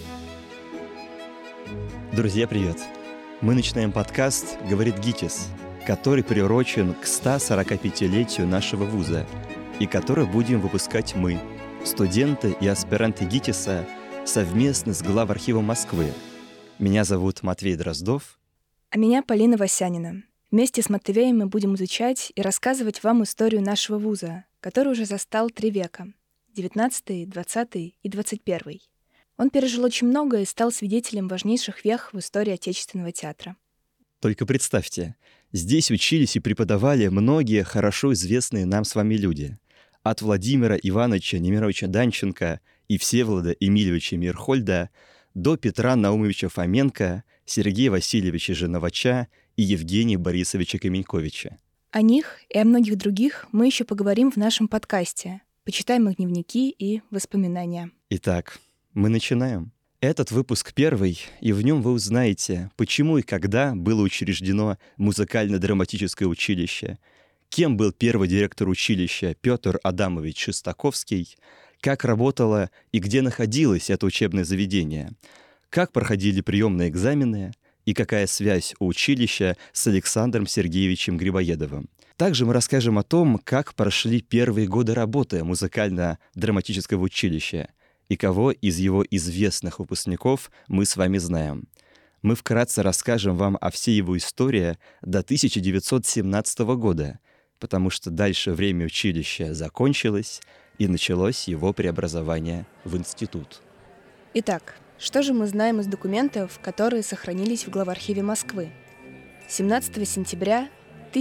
Друзья, привет! Мы начинаем подкаст «Говорит ГИТИС», который приурочен к 145-летию нашего вуза, и который будем выпускать мы, студенты и аспиранты ГИТИСа, совместно с главархивом Москвы. Меня зовут Матвей Дроздов. А меня Полина Васянина. Вместе с Матвеем мы будем изучать и рассказывать вам историю нашего вуза, который уже застал 3 века — 19, 20 и 21. Он пережил очень много и стал свидетелем важнейших вех в истории отечественного театра. Только представьте, здесь учились и преподавали многие хорошо известные нам с вами люди. От Владимира Ивановича Немировича Данченко и Всеволода Эмильевича Мирхольда до Петра Наумовича Фоменко, Сергея Васильевича Женовача и Евгения Борисовича Каменьковича. О них и о многих других мы еще поговорим в нашем подкасте. Почитаем их дневники и воспоминания. Итак, мы начинаем. Этот выпуск первый, и в нем вы узнаете, почему и когда было учреждено музыкально-драматическое училище, кем был первый директор училища Петр Адамович Шестаковский, как работало и где находилось это учебное заведение, как проходили приемные экзамены и какая связь у училища с Александром Сергеевичем Грибоедовым. Также мы расскажем о том, как прошли первые годы работы музыкально-драматического училища и кого из его известных выпускников мы с вами знаем. Мы вкратце расскажем вам о всей его истории до 1917 года, потому что дальше время училища закончилось, и началось его преобразование в институт. Итак, что же мы знаем из документов, которые сохранились в главархиве Москвы? 17 сентября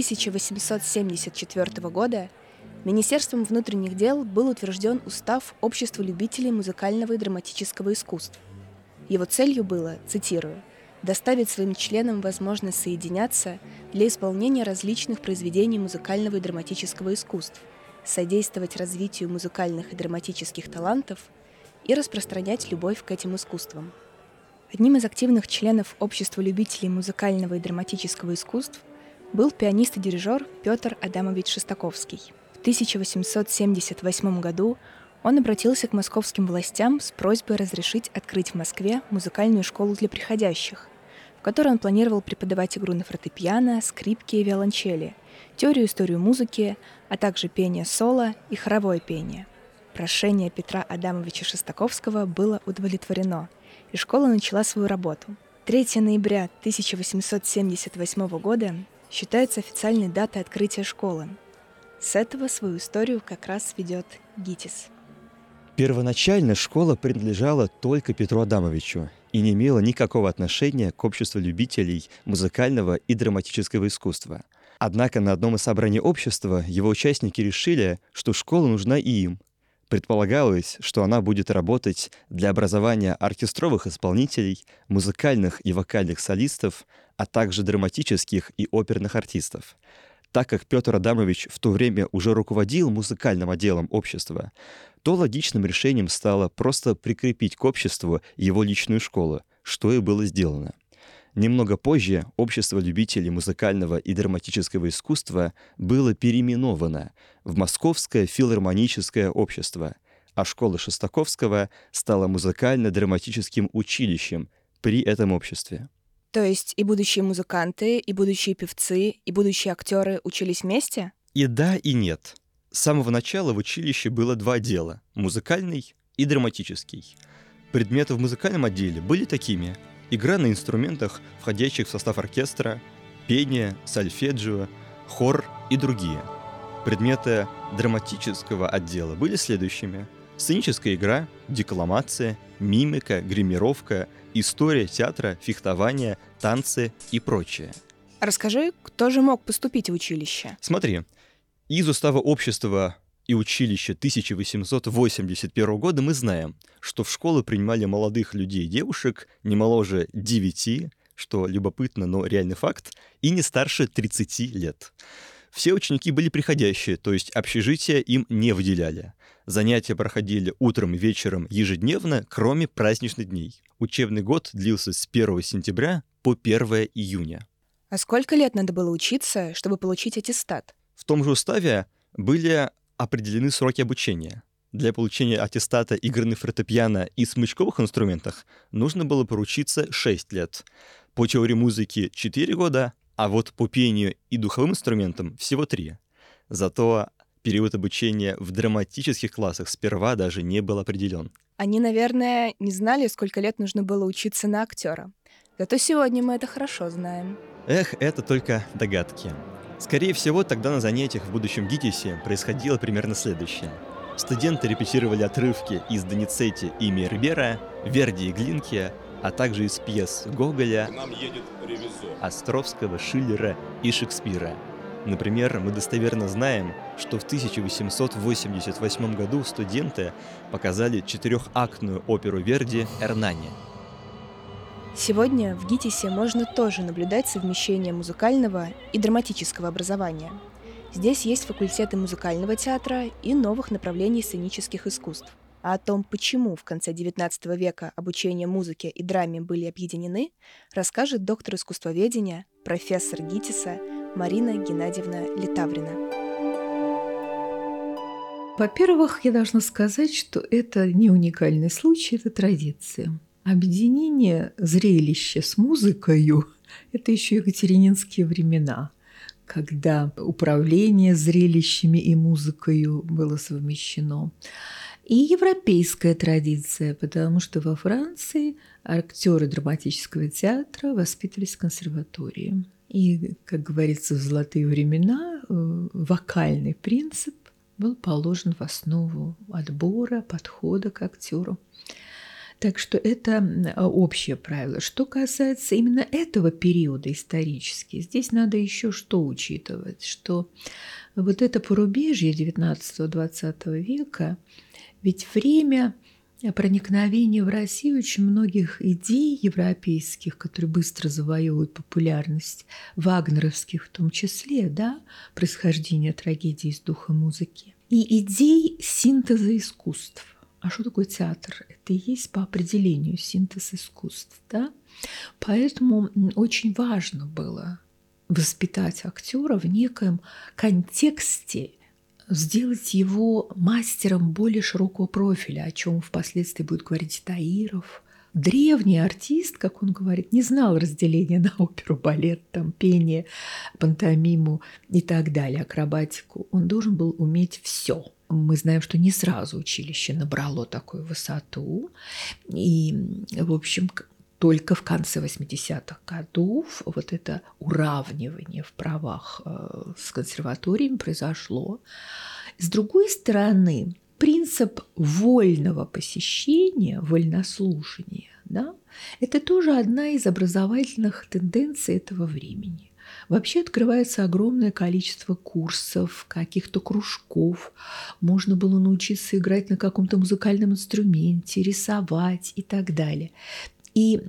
1874 года Министерством внутренних дел был утвержден устав Общества любителей музыкального и драматического искусств. Его целью было, цитирую, «доставить своим членам возможность соединяться для исполнения различных произведений музыкального и драматического искусств, содействовать развитию музыкальных и драматических талантов и распространять любовь к этим искусствам». Одним из активных членов Общества любителей музыкального и драматического искусств был пианист и дирижер Петр Адамович Шестаковский. В 1878 году он обратился к московским властям с просьбой разрешить открыть в Москве музыкальную школу для приходящих, в которой он планировал преподавать игру на фортепиано, скрипке и виолончели, теорию и историю музыки, а также пение соло и хоровое пение. Прошение Петра Адамовича Шестаковского было удовлетворено, и школа начала свою работу. 3 ноября 1878 года считается официальной датой открытия школы. С этого свою историю как раз ведет ГИТИС. Первоначально школа принадлежала только Петру Адамовичу и не имела никакого отношения к обществу любителей музыкального и драматического искусства. Однако на одном из собраний общества его участники решили, что школа нужна и им. Предполагалось, что она будет работать для образования оркестровых исполнителей, музыкальных и вокальных солистов, а также драматических и оперных артистов. Так как Петр Адамович в то время уже руководил музыкальным отделом общества, то логичным решением стало просто прикрепить к обществу его личную школу, что и было сделано. Немного позже общество любителей музыкального и драматического искусства было переименовано в Московское филармоническое общество, а школа Шестаковского стала музыкально-драматическим училищем при этом обществе. То есть и будущие музыканты, и будущие певцы, и будущие актеры учились вместе? И да, и нет. С самого начала в училище было 2 отдела – музыкальный и драматический. Предметы в музыкальном отделе были такими – игра на инструментах, входящих в состав оркестра, пение, сольфеджио, хор и другие. Предметы драматического отдела были следующими – сценическая игра, декламация, мимика, гримировка, история театра, фехтование, танцы и прочее. Расскажи, кто же мог поступить в училище? Смотри, из устава общества и училища 1881 года мы знаем, что в школу принимали молодых людей и девушек не моложе 9, что любопытно, но реальный факт, и не старше 30 лет. Все ученики были приходящие, то есть общежития им не выделяли. Занятия проходили утром и вечером ежедневно, кроме праздничных дней. Учебный год длился с 1 сентября по 1 июня. А сколько лет надо было учиться, чтобы получить аттестат? В том же уставе были определены сроки обучения. Для получения аттестата игры на фортепиано и смычковых инструментах нужно было проучиться 6 лет. По теории музыки 4 года, а вот по пению и духовым инструментам всего 3. Зато период обучения в драматических классах сперва даже не был определен. Они, наверное, не знали, сколько лет нужно было учиться на актера. Зато сегодня мы это хорошо знаем. Эх, это только догадки. Скорее всего, тогда на занятиях в будущем ГИТИСе происходило примерно следующее. Студенты репетировали отрывки из Доницетти и Мейербера, Верди и Глинки, а также из пьес Гоголя, К нам едет ревизор. Островского, Шиллера и Шекспира. Например, мы достоверно знаем, что в 1888 году студенты показали 4-актную оперу Верди «Эрнани». Сегодня в ГИТИСе можно тоже наблюдать совмещение музыкального и драматического образования. Здесь есть факультеты музыкального театра и новых направлений сценических искусств. А о том, почему в конце XIX века обучение музыке и драме были объединены, расскажет доктор искусствоведения, профессор ГИТИСа Марина Геннадьевна Литаврина. Во-первых, я должна сказать, что это не уникальный случай, это традиция. Объединение зрелища с музыкою – это еще екатерининские времена, когда управление зрелищами и музыкою было совмещено. И европейская традиция, потому что во Франции актеры драматического театра воспитывались в консерватории. И, как говорится, в золотые времена вокальный принцип был положен в основу отбора, подхода к актеру. Так что это общее правило. Что касается именно этого периода исторически, здесь надо еще что учитывать, что вот это порубежье XIX-XX века, ведь время проникновения в Россию очень многих идей европейских, которые быстро завоевывают популярность, вагнеровских в том числе, да, происхождение трагедии из духа музыки, и идей синтеза искусств. А что такое театр? Это и есть по определению синтез искусств, да? Поэтому очень важно было воспитать актера в неком контексте, сделать его мастером более широкого профиля, о чем впоследствии будет говорить Таиров. Древний артист, как он говорит, не знал разделения на оперу, балет, там, пение, пантомиму и так далее, акробатику. Он должен был уметь все. Мы знаем, что не сразу училище набрало такую высоту. И, в общем, только в конце 80-х годов вот это уравнивание в правах с консерваториями произошло. С другой стороны, принцип вольного посещения, вольнослушания, да, это тоже одна из образовательных тенденций этого времени. Вообще открывается огромное количество курсов, каких-то кружков. Можно было научиться играть на каком-то музыкальном инструменте, рисовать и так далее. И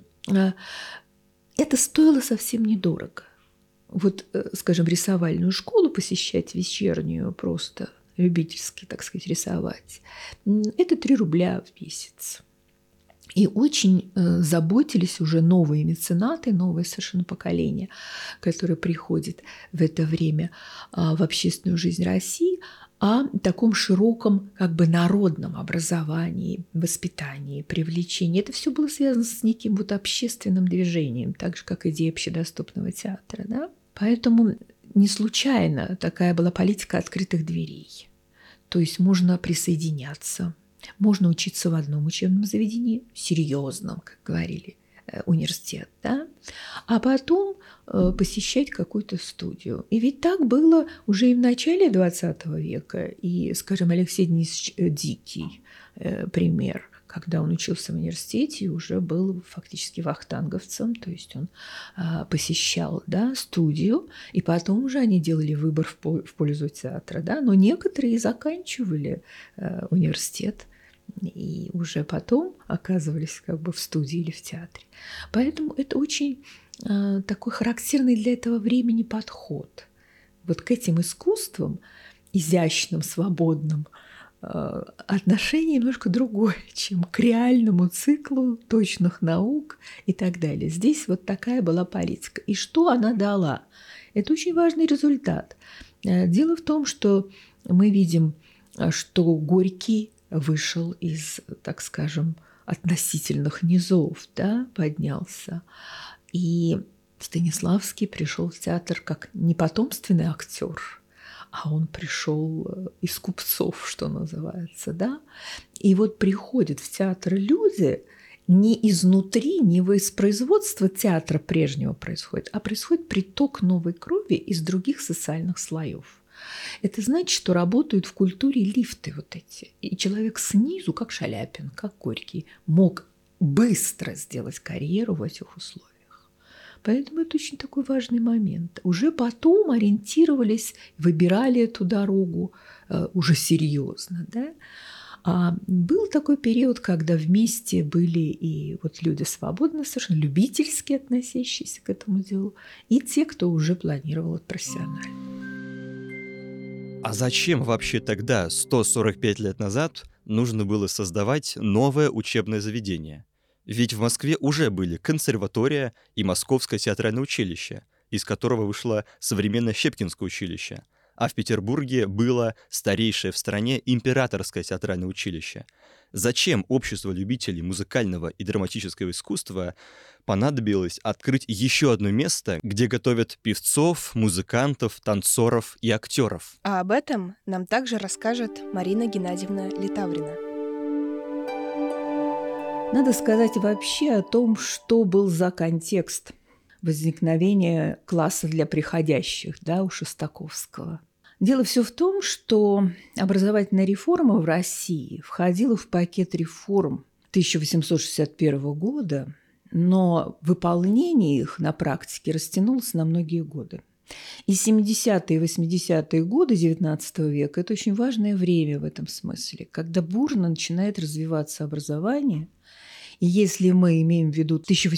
это стоило совсем недорого. Вот, скажем, рисовальную школу посещать вечернюю просто, любительски, так сказать, рисовать, это 3 рубля в месяц. И очень заботились уже новые меценаты, новое совершенно поколение, которое приходит в это время в общественную жизнь России, о таком широком как бы народном образовании, воспитании, привлечении. Это все было связано с неким вот общественным движением, так же, как идея общедоступного театра. Да? Поэтому не случайно такая была политика открытых дверей. То есть можно присоединяться. Можно учиться в одном учебном заведении, серьезном, как говорили, университет, да? А потом посещать какую-то студию. И ведь так было уже и в начале XX века. И, скажем, Алексей Денисович Дикий, пример, когда он учился в университете, уже был фактически вахтанговцем, то есть он посещал, да, студию, и потом уже они делали выбор в пользу театра, да? Но некоторые заканчивали университет, и уже потом оказывались как бы в студии или в театре. Поэтому это очень такой характерный для этого времени подход. Вот к этим искусствам, изящным, свободным, отношение немножко другое, чем к реальному циклу точных наук и так далее. Здесь вот такая была политика. И что она дала? Это очень важный результат. Дело в том, что мы видим, что Горький вышел из, так скажем, относительных низов, да, поднялся. И Станиславский пришел в театр как не потомственный актер, а он пришел из купцов, что называется, да. И вот приходят в театр люди не изнутри, не из производства театра прежнего происходит, а происходит приток новой крови из других социальных слоев. Это значит, что работают в культуре лифты вот эти. И человек снизу, как Шаляпин, как Горький, мог быстро сделать карьеру в этих условиях. Поэтому это очень такой важный момент. Уже потом ориентировались, выбирали эту дорогу уже серьезно, да? А был такой период, когда вместе были и вот люди свободно, совершенно любительски относящиеся к этому делу, и те, кто уже планировал это профессионально. А зачем вообще тогда, 145 лет назад, нужно было создавать новое учебное заведение? Ведь в Москве уже были консерватория и Московское театральное училище, из которого вышло современное Щепкинское училище, а в Петербурге было старейшее в стране Императорское театральное училище. Зачем обществу любителей музыкального и драматического искусства понадобилось открыть еще одно место, где готовят певцов, музыкантов, танцоров и актеров? А об этом нам также расскажет Марина Геннадьевна Литаврина. Надо сказать вообще о том, что был за контекст возникновения класса для приходящих, да, у Шостаковского. Дело все в том, что образовательная реформа в России входила в пакет реформ 1861 года, но выполнение их на практике растянулось на многие годы. И 70-е и 80-е годы XIX века – это очень важное время в этом смысле, когда бурно начинает развиваться образование. И если мы имеем в виду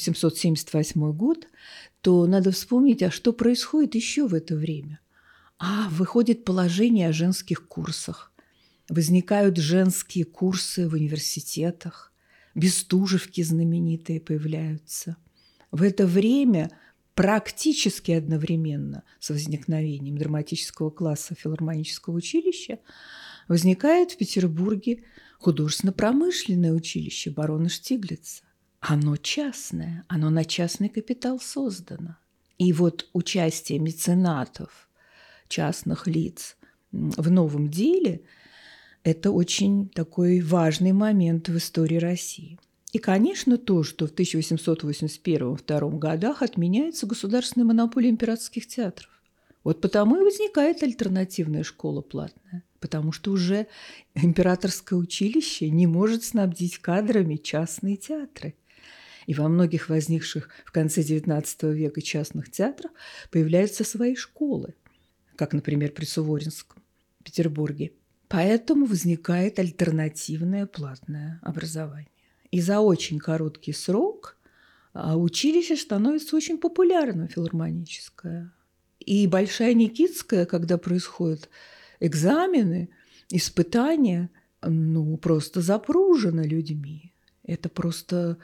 1878 год, то надо вспомнить, а что происходит еще в это время. Выходит положение о женских курсах, возникают женские курсы в университетах, бестужевки знаменитые появляются. В это время практически одновременно с возникновением драматического класса филармонического училища возникает в Петербурге художественно-промышленное училище барона Штиглица. Оно частное, оно на частный капитал создано. И вот участие меценатов, частных лиц в новом деле – это очень такой важный момент в истории России. И, конечно, то, что в 1881-1882 годах отменяется государственная монополия императорских театров. Вот потому и возникает альтернативная школа платная, потому что уже императорское училище не может снабдить кадрами частные театры. И во многих возникших в конце XIX века частных театрах появляются свои школы, как, например, при Суворинском в Петербурге. Поэтому возникает альтернативное платное образование. И за очень короткий срок училище становится очень популярным, филармоническое. И Большая Никитская, когда происходят экзамены, испытания, просто запружено людьми. Это просто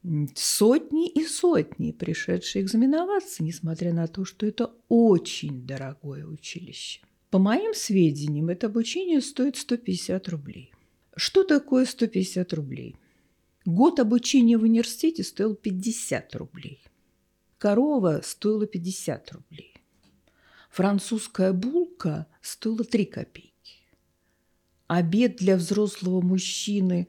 сотни и сотни, пришедшие экзаменоваться, несмотря на то, что это очень дорогое училище. По моим сведениям, это обучение стоит 150 рублей. Что такое 150 рублей? Год обучения в университете стоил 50 рублей. Корова стоила 50 рублей. Французская булка стоила 3 копейки. Обед для взрослого мужчины,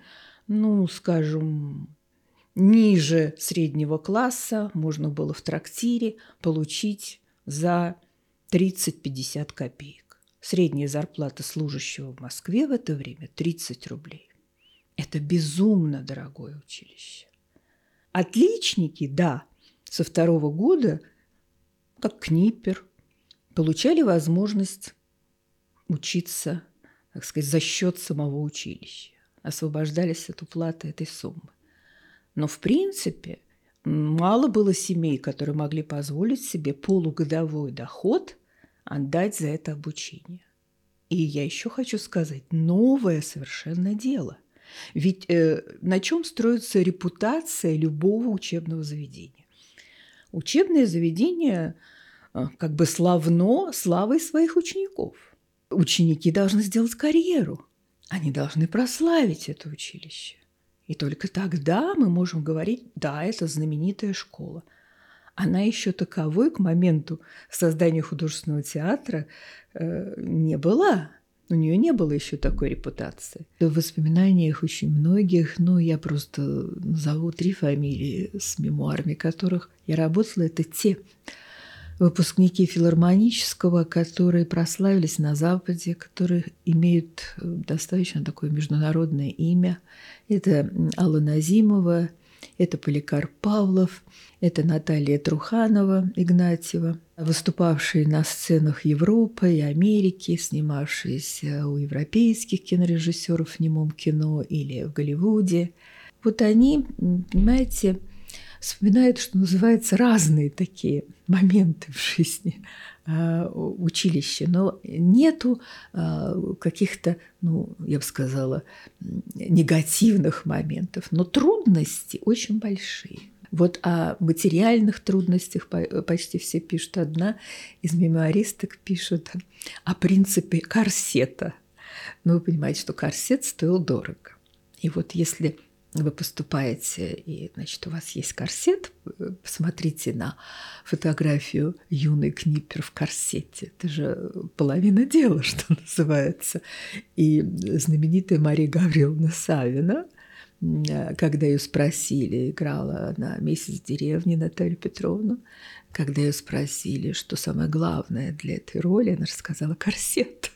скажем, ниже среднего класса можно было в трактире получить за 30-50 копеек. Средняя зарплата служащего в Москве в это время 30 рублей. Это безумно дорогое училище. Отличники, да, со 2-го года, как Книпер, получали возможность учиться, так сказать, за счет самого училища. Освобождались от уплаты этой суммы. Но, в принципе, мало было семей, которые могли позволить себе полугодовой доход отдать за это обучение. И я еще хочу сказать, новое совершенно дело. Ведь на чем строится репутация любого учебного заведения? Учебное заведение славно славой своих учеников. Ученики должны сделать карьеру. они должны прославить это училище. И только тогда мы можем говорить, да, это знаменитая школа. Она еще таковой к моменту создания художественного театра не была. У нее не было еще такой репутации. В воспоминаниях очень многих, я просто назову 3 фамилии, с мемуарами которых я работала, это те выпускники филармонического, которые прославились на Западе, которые имеют достаточно такое международное имя. Это Алла Назимова, это Поликарп Павлов, это Наталья Труханова, Игнатьева, выступавшие на сценах Европы и Америки, снимавшиеся у европейских кинорежиссеров в немом кино или в Голливуде. Вот они, понимаете, вспоминают, что называется, разные такие моменты в жизни училища, но нету каких-то, я бы сказала, негативных моментов, но трудности очень большие. Вот о материальных трудностях почти все пишут. Одна из мемуаристок пишет о принципе корсета. Вы понимаете, что корсет стоил дорого. И вот если вы поступаете, и, значит, у вас есть корсет, посмотрите на фотографию юной Книпер в корсете. Это же половина дела, что называется. И знаменитая Мария Гавриловна Савина, когда ее спросили, играла на «Месяц в деревне» Наталью Петровну, когда ее спросили, что самое главное для этой роли, она же сказала «корсет».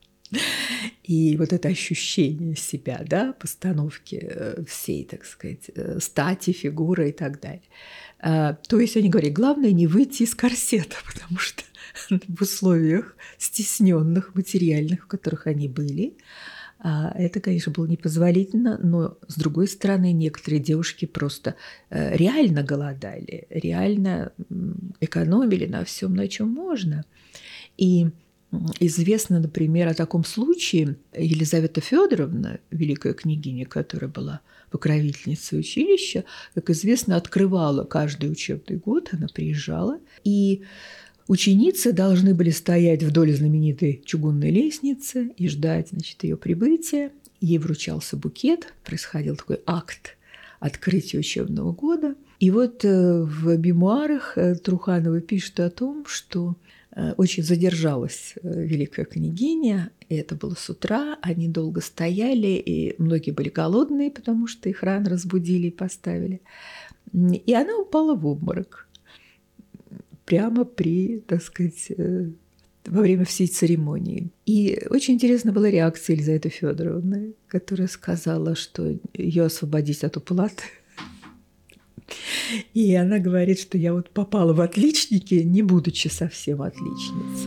И вот это ощущение себя, да, постановки всей, так сказать, стати, фигуры и так далее. То есть они говорят, главное не выйти из корсета, потому что в условиях стесненных материальных, в которых они были, это, конечно, было непозволительно, но, с другой стороны, некоторые девушки просто реально голодали, реально экономили на всем, на чем можно. И известно, например, о таком случае Елизавета Федоровна, великая княгиня, которая была покровительницей училища, как известно, открывала каждый учебный год, она приезжала, и ученицы должны были стоять вдоль знаменитой чугунной лестницы и ждать, значит, ее прибытия. Ей вручался букет, происходил такой акт открытия учебного года. И вот в мемуарах Труханова пишет о том, что очень задержалась великая княгиня, и это было с утра, они долго стояли, и многие были голодные, потому что их рано разбудили и поставили. И она упала в обморок прямо при, так сказать, во время всей церемонии. И очень интересна была реакция Елизаветы Федоровны, которая сказала, что ее освободить от уплаты. И она говорит, что я вот попала в отличники, не будучи совсем отличницей.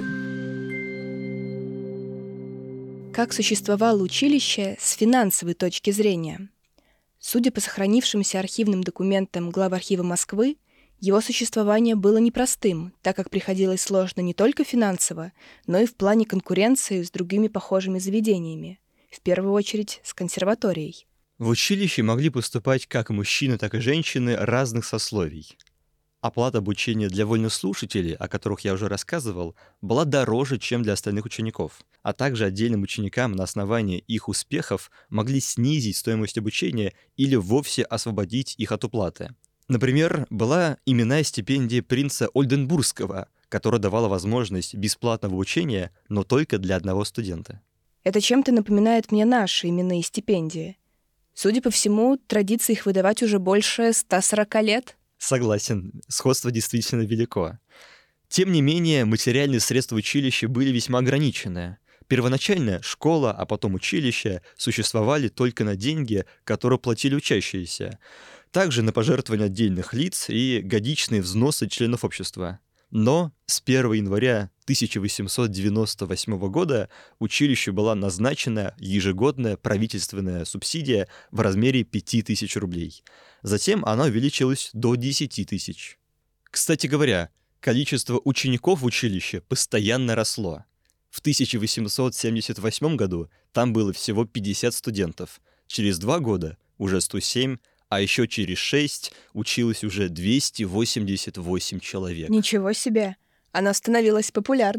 Как существовало училище с финансовой точки зрения? Судя по сохранившимся архивным документам главархива Москвы, его существование было непростым, так как приходилось сложно не только финансово, но и в плане конкуренции с другими похожими заведениями, в первую очередь с консерваторией. В училище могли поступать как мужчины, так и женщины разных сословий. Оплата обучения для вольнослушателей, о которых я уже рассказывал, была дороже, чем для остальных учеников, а также отдельным ученикам на основании их успехов могли снизить стоимость обучения или вовсе освободить их от уплаты. Например, была именная стипендия принца Ольденбургского, которая давала возможность бесплатного обучения, но только для одного студента. Это чем-то напоминает мне наши именные стипендии. Судя по всему, традиция их выдавать уже больше 140 лет. Согласен, сходство действительно велико. Тем не менее, материальные средства училища были весьма ограничены. Первоначально школа, а потом училище существовали только на деньги, которые платили учащиеся, также на пожертвования отдельных лиц и годичные взносы членов общества. Но с 1 января 1898 года училищу была назначена ежегодная правительственная субсидия в размере 5000 рублей. Затем она увеличилась до 10 тысяч. Кстати говоря, количество учеников в училище постоянно росло. В 1878 году там было всего 50 студентов, через 2 года уже 107, а еще через 6 училось уже 288 человек. Ничего себе! Оно становилось популярным.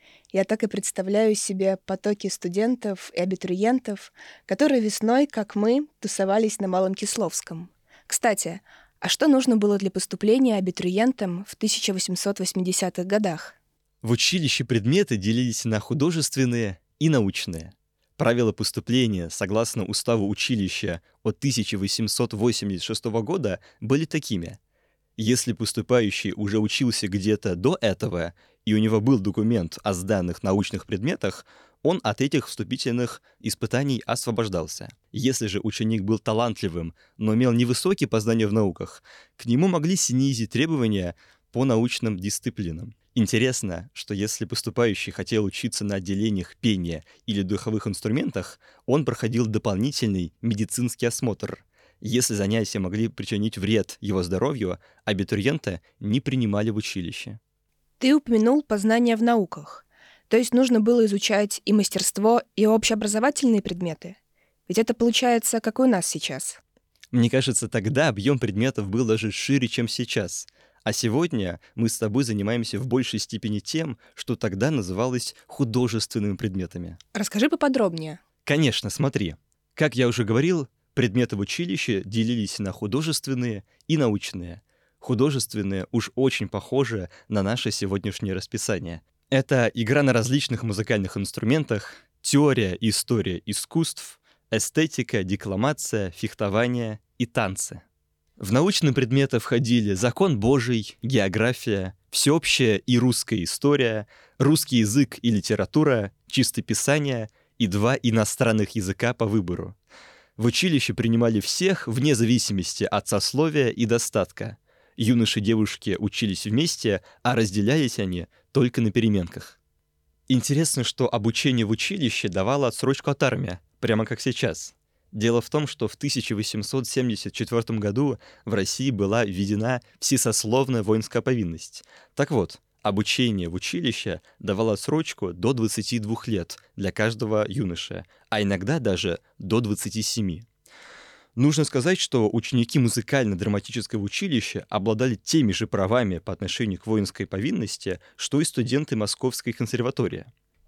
Я так и представляю себе потоки студентов и абитуриентов, которые весной, как мы, тусовались на Малом Кисловском. Кстати, а что нужно было для поступления абитуриентам в 1880-х годах? В училище предметы делились на художественные и научные. Правила поступления, согласно уставу училища от 1886 года, были такими. Если поступающий уже учился где-то до этого, и у него был документ о сданных научных предметах, он от этих вступительных испытаний освобождался. Если же ученик был талантливым, но имел невысокие познания в науках, к нему могли снизить требования по научным дисциплинам. Интересно, что если поступающий хотел учиться на отделениях пения или духовых инструментах, он проходил дополнительный медицинский осмотр. Если занятия могли причинить вред его здоровью, абитуриента не принимали в училище. Ты упомянул познания в науках. То есть нужно было изучать и мастерство, и общеобразовательные предметы? Ведь это получается, как и у нас сейчас. Мне кажется, тогда объем предметов был даже шире, чем сейчас. А сегодня мы с тобой занимаемся в большей степени тем, что тогда называлось художественными предметами. Расскажи поподробнее. Конечно, смотри. Как я уже говорил, предметы в училище делились на художественные и научные. Художественные уж очень похожи на наше сегодняшнее расписание. Это игра на различных музыкальных инструментах, теория и история искусств, эстетика, декламация, фехтование и танцы. В научные предметы входили закон Божий, география, всеобщая и русская история, русский язык и литература, чистописание и 2 иностранных языка по выбору. В училище принимали всех вне зависимости от сословия и достатка. Юноши и девушки учились вместе, а разделялись они только на переменках. Интересно, что обучение в училище давало отсрочку от армии, прямо как сейчас. Дело в том, что в 1874 году в России была введена всесословная воинская повинность. Так вот, обучение в училище давало отсрочку до 22 лет для каждого юноши, а иногда даже до 27. Нужно сказать, что ученики музыкально-драматического училища обладали теми же правами по отношению к воинской повинности, что и студенты Московской консерватории.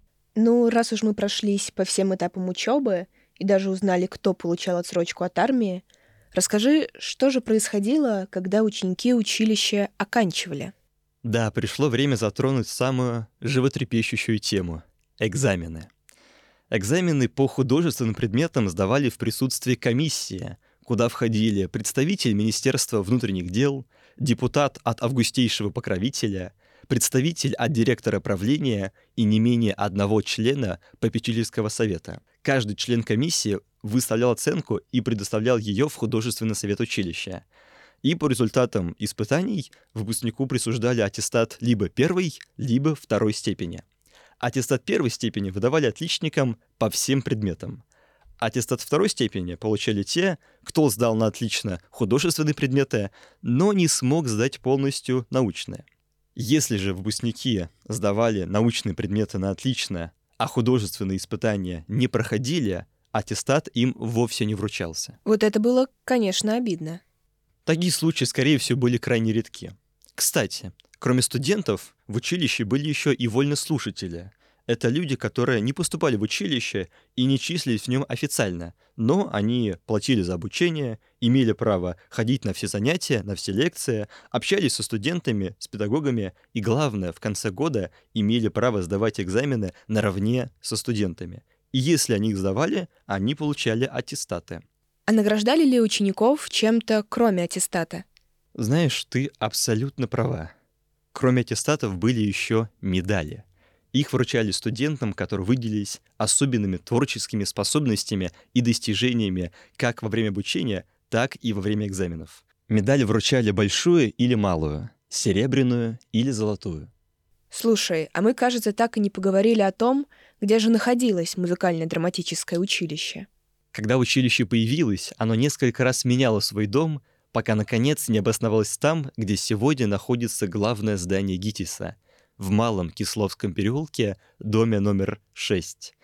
Ну, раз уж мы прошлись по всем этапам учебы и даже узнали, кто получал отсрочку от армии, расскажи, что же происходило, когда ученики училища оканчивали? Да, пришло время затронуть самую животрепещущую тему — экзамены. Экзамены по художественным предметам сдавали в присутствии комиссии, куда входили представитель Министерства внутренних дел, депутат от августейшего покровителя, представитель от директора правления и не менее одного члена попечительского совета. Каждый член комиссии выставлял оценку и предоставлял ее в художественный совет училища. И по результатам испытаний выпускнику присуждали аттестат либо 1, либо 2 степени. Аттестат 1 степени выдавали отличникам по всем предметам. Аттестат 2 степени получали те, кто сдал на отлично художественные предметы, но не смог сдать полностью научные. Если же выпускники сдавали научные предметы на отлично, а художественные испытания не проходили, аттестат им вовсе не вручался. Вот это было, конечно, обидно. Такие случаи, скорее всего, были крайне редки. Кстати, кроме студентов, в училище были еще и вольнослушатели. Это люди, которые не поступали в училище и не числились в нем официально, но они платили за обучение, имели право ходить на все занятия, на все лекции, общались со студентами, с педагогами и, главное, в конце года имели право сдавать экзамены наравне со студентами. И если они их сдавали, они получали аттестаты. А награждали ли учеников чем-то, кроме аттестата? Знаешь, ты абсолютно права. Кроме аттестатов были еще медали. Их вручали студентам, которые выделились особенными творческими способностями и достижениями как во время обучения, так и во время экзаменов. Медали вручали большую или малую, серебряную или золотую. Слушай, а мы, кажется, так и не поговорили о том, где же находилось музыкально-драматическое училище. Когда училище появилось, оно несколько раз меняло свой дом, пока, наконец, не обосновалось там, где сегодня находится главное здание ГИТИСа — в Малом Кисловском переулке, доме номер 6.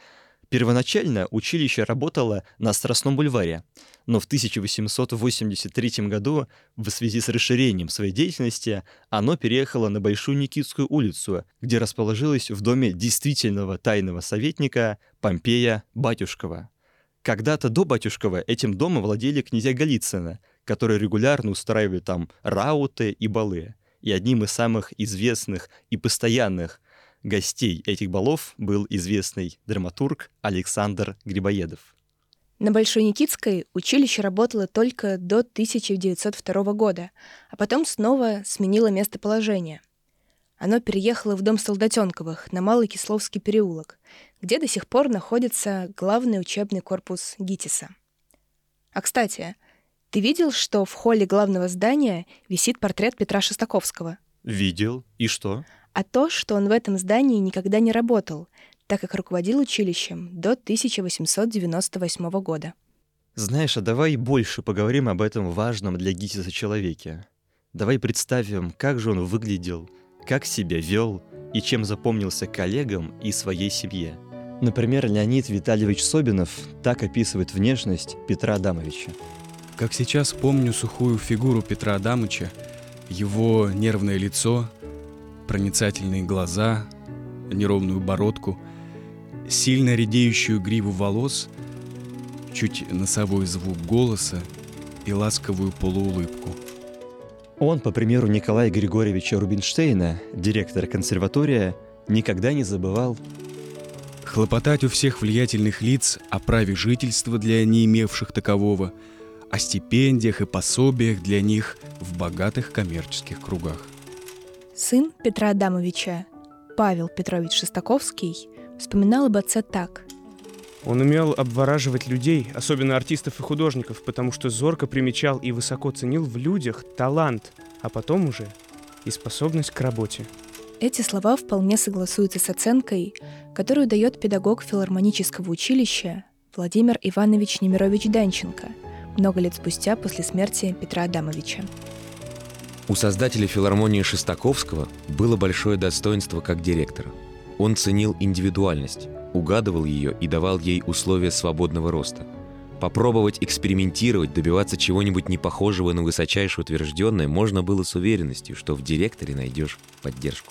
Первоначально училище работало на Страстном бульваре, но в 1883 году в связи с расширением своей деятельности оно переехало на Большую Никитскую улицу, где расположилось в доме действительного тайного советника Помпея Батюшкова. Когда-то до Батюшкова этим домом владели князья Голицыны, которые регулярно устраивали там рауты и балы. И одним из самых известных и постоянных гостей этих балов был известный драматург Александр Грибоедов. На Большой Никитской училище работало только до 1902 года, а потом снова сменило местоположение. Оно переехало в дом Солдатенковых на Малый Кисловский переулок, где до сих пор находится главный учебный корпус ГИТИСа. А кстати, ты видел, что в холле главного здания висит портрет Петра Шестаковского? Видел. И что? А то, что он в этом здании никогда не работал, так как руководил училищем до 1898 года. Знаешь, а давай больше поговорим об этом важном для ГИТИСа человеке. Давай представим, как же он выглядел, как себя вел и чем запомнился коллегам и своей семье. Например, Леонид Витальевич Собинов так описывает внешность Петра Адамовича. Как сейчас помню сухую фигуру Петра Адамыча, его нервное лицо, проницательные глаза, неровную бородку, сильно редеющую гриву волос, чуть носовой звук голоса и ласковую полуулыбку. Он, по примеру Николая Григорьевича Рубинштейна, директора консерватория, никогда не забывал хлопотать у всех влиятельных лиц о праве жительства для не имевших такового, о стипендиях и пособиях для них в богатых коммерческих кругах. Сын Петра Адамовича, Павел Петрович Шестаковский, вспоминал об отце так. Он умел обвораживать людей, особенно артистов и художников, потому что зорко примечал и высоко ценил в людях талант, а потом уже и способность к работе. Эти слова вполне согласуются с оценкой, которую дает педагог филармонического училища Владимир Иванович Немирович Данченко много лет спустя после смерти Петра Адамовича. У создателя филармонии Шестаковского было большое достоинство как директора. Он ценил индивидуальность, угадывал ее и давал ей условия свободного роста. Попробовать экспериментировать, добиваться чего-нибудь непохожего на высочайше утвержденное можно было с уверенностью, что в директоре найдешь поддержку.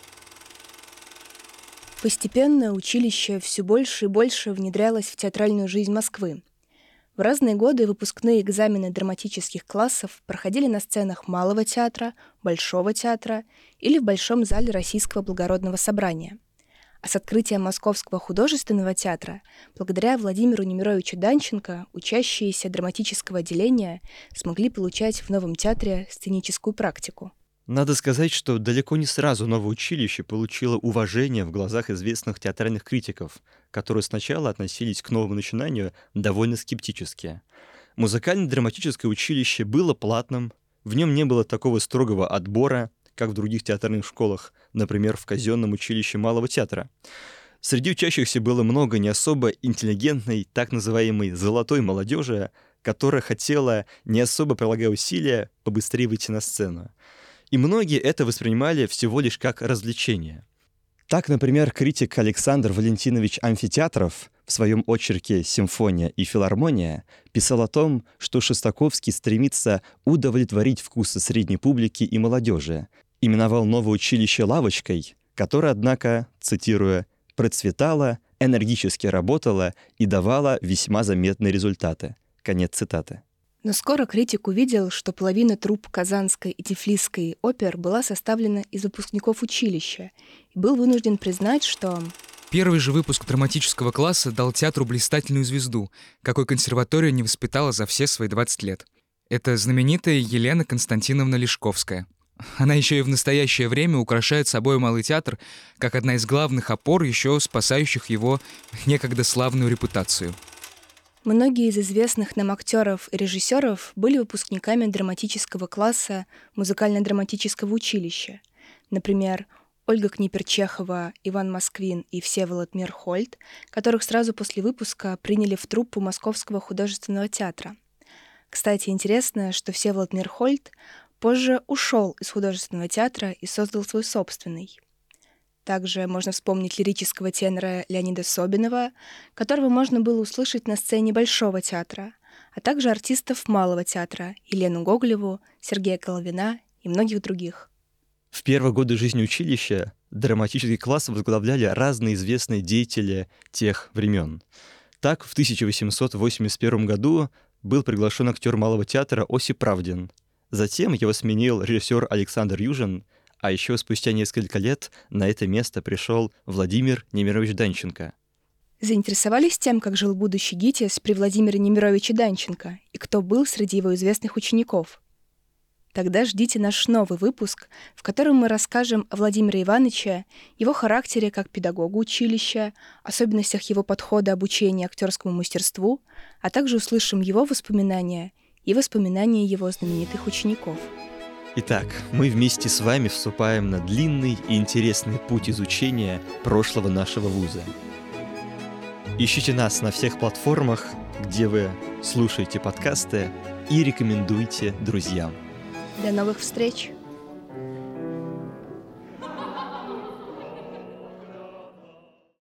Постепенно училище все больше и больше внедрялось в театральную жизнь Москвы. В разные годы выпускные экзамены драматических классов проходили на сценах Малого театра, Большого театра или в Большом зале Российского благородного собрания. А с открытием Московского художественного театра, благодаря Владимиру Немировичу Данченко, учащиеся драматического отделения смогли получать в новом театре сценическую практику. Надо сказать, что далеко не сразу новое училище получило уважение в глазах известных театральных критиков, которые сначала относились к новому начинанию довольно скептически. Музыкально-драматическое училище было платным, в нем не было такого строгого отбора, как в других театральных школах, например, в казенном училище Малого театра. Среди учащихся было много не особо интеллигентной, так называемой «золотой молодежи», которая хотела, не особо прилагая усилия, побыстрее выйти на сцену. И многие это воспринимали всего лишь как развлечение. Так, например, критик Александр Валентинович Амфитеатров в своем очерке «Симфония и филармония» писал о том, что Шостаковский стремится удовлетворить вкусы средней публики и молодежи, именовал новое училище «лавочкой», которое, однако, цитируя, «процветало, энергически работало и давало весьма заметные результаты». Конец цитаты. Но скоро критик увидел, что половина труп Казанской и Тифлисской опер была составлена из выпускников училища, и был вынужден признать, что первый же выпуск драматического класса дал театру блистательную звезду, какой консерватория не воспитала за все свои 20 лет. Это знаменитая Елена Константиновна Лешковская. Она еще и в настоящее время украшает собой Малый театр, как одна из главных опор, еще спасающих его некогда славную репутацию. многие из известных нам актеров и режиссеров были выпускниками драматического класса музыкально-драматического училища. Например, Ольга Книпер-Чехова, Иван Москвин и Всеволод Мирхольд, которых сразу после выпуска приняли в труппу Московского художественного театра. Кстати, интересно, что Всеволод Мирхольд позже ушел из художественного театра и создал свой собственный. Также можно вспомнить лирического тенора Леонида Собинова, которого можно было услышать на сцене Большого театра, а также артистов Малого театра Елену Гоголеву, Сергея Головина и многих других. В первые годы жизни училища драматический класс возглавляли разные известные деятели тех времен. Так, в 1881 году был приглашен актер Малого театра Осип Правдин. Затем его сменил режиссер Александр Южин, а еще спустя несколько лет на это место пришел Владимир Немирович Данченко. Заинтересовались тем, как жил будущий ГИТИС при Владимире Немировиче Данченко и кто был среди его известных учеников? Тогда ждите наш новый выпуск, в котором мы расскажем о Владимире Ивановиче, его характере как педагога училища, особенностях его подхода обучения актерскому мастерству, а также услышим его воспоминания и воспоминания его знаменитых учеников. Итак, мы вместе с вами вступаем на длинный и интересный путь изучения прошлого нашего вуза. Ищите нас на всех платформах, где вы слушаете подкасты, и рекомендуйте друзьям. До новых встреч!